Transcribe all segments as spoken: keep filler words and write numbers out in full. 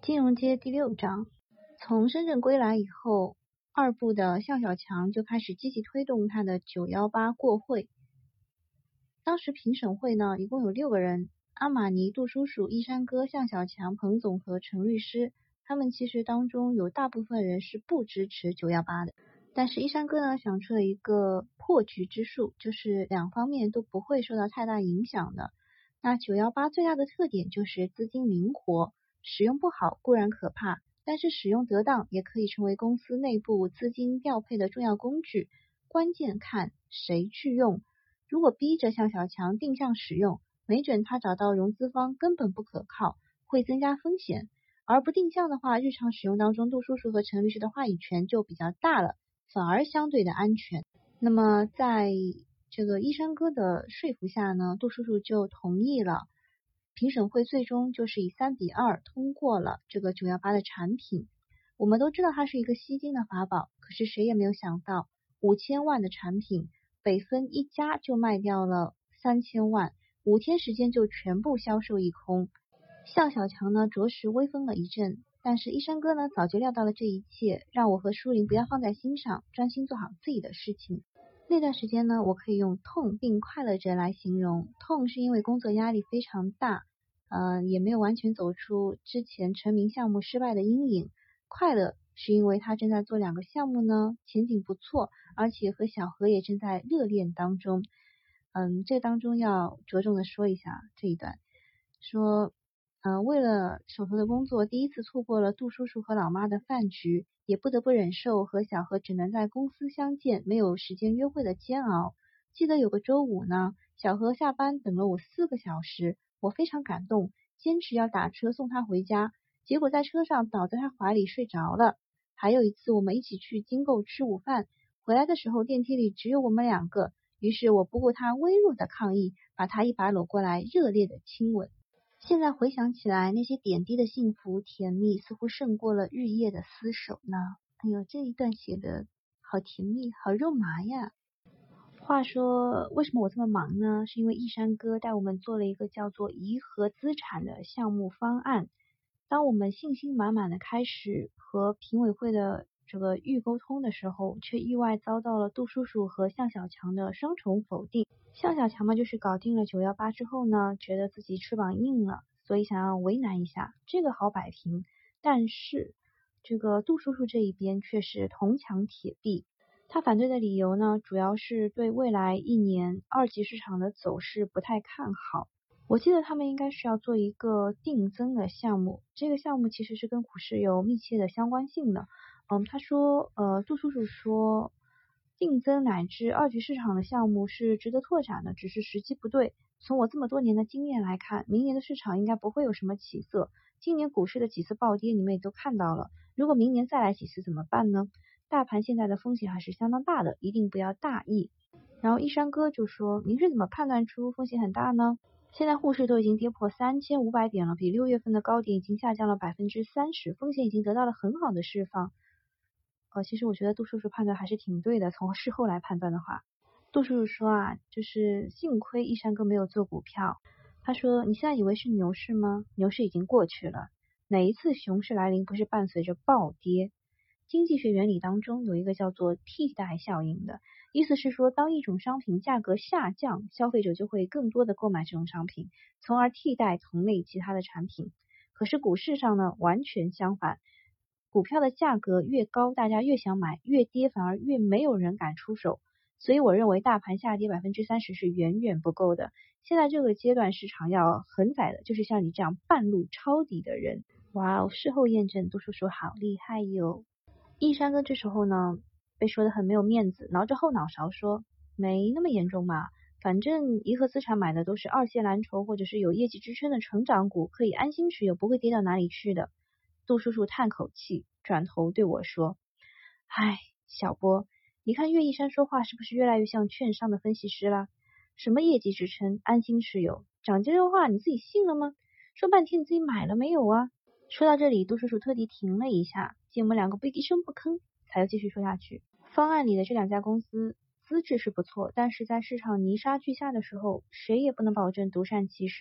金融街第六章。从深圳归来以后，二部的向小强就开始积极推动他的九一八过会。当时评审会呢，一共有六个人：阿玛尼、杜叔叔、一山哥、向小强、彭总和陈律师。他们其实当中有大部分人是不支持九一八的，但是一山哥呢想出了一个破局之术，就是两方面都不会受到太大影响的。那九一八最大的特点就是资金灵活，使用不好固然可怕，但是使用得当也可以成为公司内部资金调配的重要工具，关键看谁去用。如果逼着向小强定向使用，没准他找到融资方根本不可靠，会增加风险。而不定向的话，日常使用当中杜叔叔和陈律师的话语权就比较大了，反而相对的安全。那么在这个一山哥的说服下呢，杜叔叔就同意了。评审会最终就是以三比二通过了这个九一八的产品。我们都知道它是一个吸金的法宝，可是谁也没有想到五千万的产品，北分一家就卖掉了三千万，五天时间就全部销售一空。向小强呢着实威风了一阵，但是一山哥呢早就料到了这一切，让我和舒林不要放在心上，专心做好自己的事情。那段时间呢，我可以用痛并快乐着来形容。痛是因为工作压力非常大，呃，也没有完全走出之前成名项目失败的阴影。快乐是因为他正在做两个项目呢，前景不错，而且和小何也正在热恋当中。嗯，这当中要着重的说一下这一段，说呃，为了手头的工作，第一次错过了杜叔叔和老妈的饭局，也不得不忍受和小何只能在公司相见，没有时间约会的煎熬。记得有个周五呢，小何下班等了我四个小时，我非常感动，坚持要打车送他回家，结果在车上倒在他怀里睡着了。还有一次，我们一起去金购吃午饭，回来的时候电梯里只有我们两个，于是我不顾他微弱的抗议，把他一把搂过来，热烈的亲吻。现在回想起来，那些点滴的幸福甜蜜似乎胜过了日夜的厮守呢。哎呦，这一段写的好甜蜜，好肉麻呀。话说为什么我这么忙呢？是因为一山哥带我们做了一个叫做颐和资产的项目方案。当我们信心满满的开始和评委会的这个预沟通的时候，却意外遭到了杜叔叔和向小强的双重否定。向小强嘛，就是搞定了九一八之后呢，觉得自己翅膀硬了，所以想要为难一下，这个好摆平。但是这个杜叔叔这一边却是铜墙铁壁，他反对的理由呢，主要是对未来一年二级市场的走势不太看好。我记得他们应该是要做一个定增的项目，这个项目其实是跟股市有密切的相关性的。嗯，他说，呃，杜叔叔说，定增乃至二级市场的项目是值得拓展的，只是时机不对。从我这么多年的经验来看，明年的市场应该不会有什么起色。今年股市的几次暴跌，你们也都看到了。如果明年再来几次怎么办呢？大盘现在的风险还是相当大的，一定不要大意。然后一山哥就说：“您是怎么判断出风险很大呢？现在沪市都已经跌破三千五百点了，比六月份的高点已经下降了百分之三十，风险已经得到了很好的释放。”呃，其实我觉得杜叔叔判断还是挺对的。从事后来判断的话，杜叔叔说啊，就是幸亏一山哥没有做股票。他说：“你现在以为是牛市吗？牛市已经过去了。哪一次熊市来临不是伴随着暴跌？经济学原理当中有一个叫做替代效应的，意思是说，当一种商品价格下降，消费者就会更多的购买这种商品，从而替代同类其他的产品。可是股市上呢，完全相反。”股票的价格越高，大家越想买，越跌反而越没有人敢出手。所以我认为大盘下跌百分之三十是远远不够的。现在这个阶段市场要横宰的，就是像你这样半路抄底的人。哇哦，事后验证，杜叔叔好厉害哟。一山哥这时候呢，被说的很没有面子，挠着后脑勺说：“没那么严重嘛，反正颐和资产买的都是二线蓝筹或者是有业绩支撑的成长股，可以安心持有，不会跌到哪里去的。”杜叔叔叹口气，转头对我说：“唉，小波，你看岳一山说话是不是越来越像券商的分析师啦？什么业绩支撑，安心持有，长这个话你自己信了吗？说半天你自己买了没有啊？”说到这里，杜叔叔特地停了一下，见我们两个不一声不吭，才又继续说下去。方案里的这两家公司资质是不错，但是在市场泥沙俱下的时候，谁也不能保证独善其身。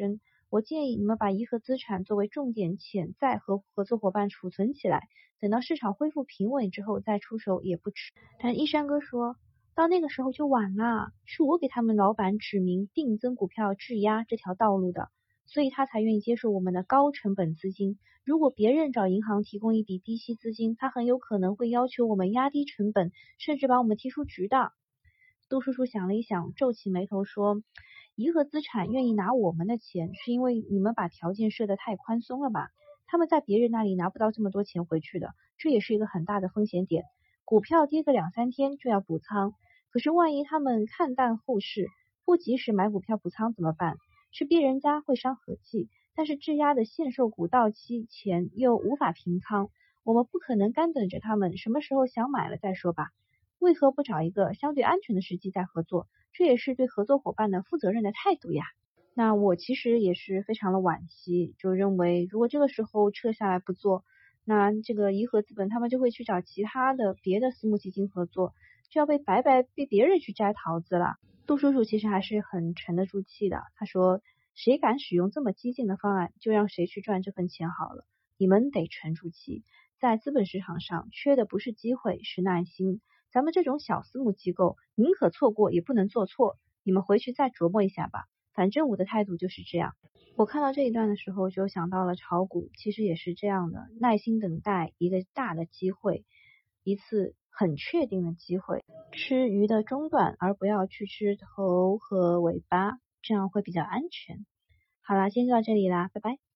我建议你们把颐和资产作为重点潜在和合作伙伴储存起来，等到市场恢复平稳之后再出手也不迟。但一山哥说到那个时候就晚了，是我给他们老板指明定增股票质押这条道路的，所以他才愿意接受我们的高成本资金。如果别人找银行提供一笔低息资金，他很有可能会要求我们压低成本，甚至把我们踢出局的。杜叔叔想了一想，皱起眉头说，颐和资产愿意拿我们的钱，是因为你们把条件设得太宽松了吧？他们在别人那里拿不到这么多钱回去的，这也是一个很大的风险点。股票跌个两三天就要补仓，可是万一他们看淡后市，不及时买股票补仓怎么办？是逼人家会伤和气，但是质押的限售股到期前又无法平仓，我们不可能干等着他们什么时候想买了再说吧？为何不找一个相对安全的时机再合作？这也是对合作伙伴的负责任的态度呀。那我其实也是非常的惋惜，就认为如果这个时候撤下来不做，那这个颐和资本他们就会去找其他的别的私募基金合作，就要被白白被别人去摘桃子了。杜叔叔其实还是很沉得住气的，他说谁敢使用这么激进的方案，就让谁去赚这份钱好了，你们得沉住气。在资本市场上缺的不是机会，是耐心。咱们这种小私募机构宁可错过也不能做错，你们回去再琢磨一下吧，反正我的态度就是这样。我看到这一段的时候就想到了炒股，其实也是这样的，耐心等待一个大的机会，一次很确定的机会，吃鱼的中段，而不要去吃头和尾巴，这样会比较安全。好啦，今天就到这里啦，拜拜。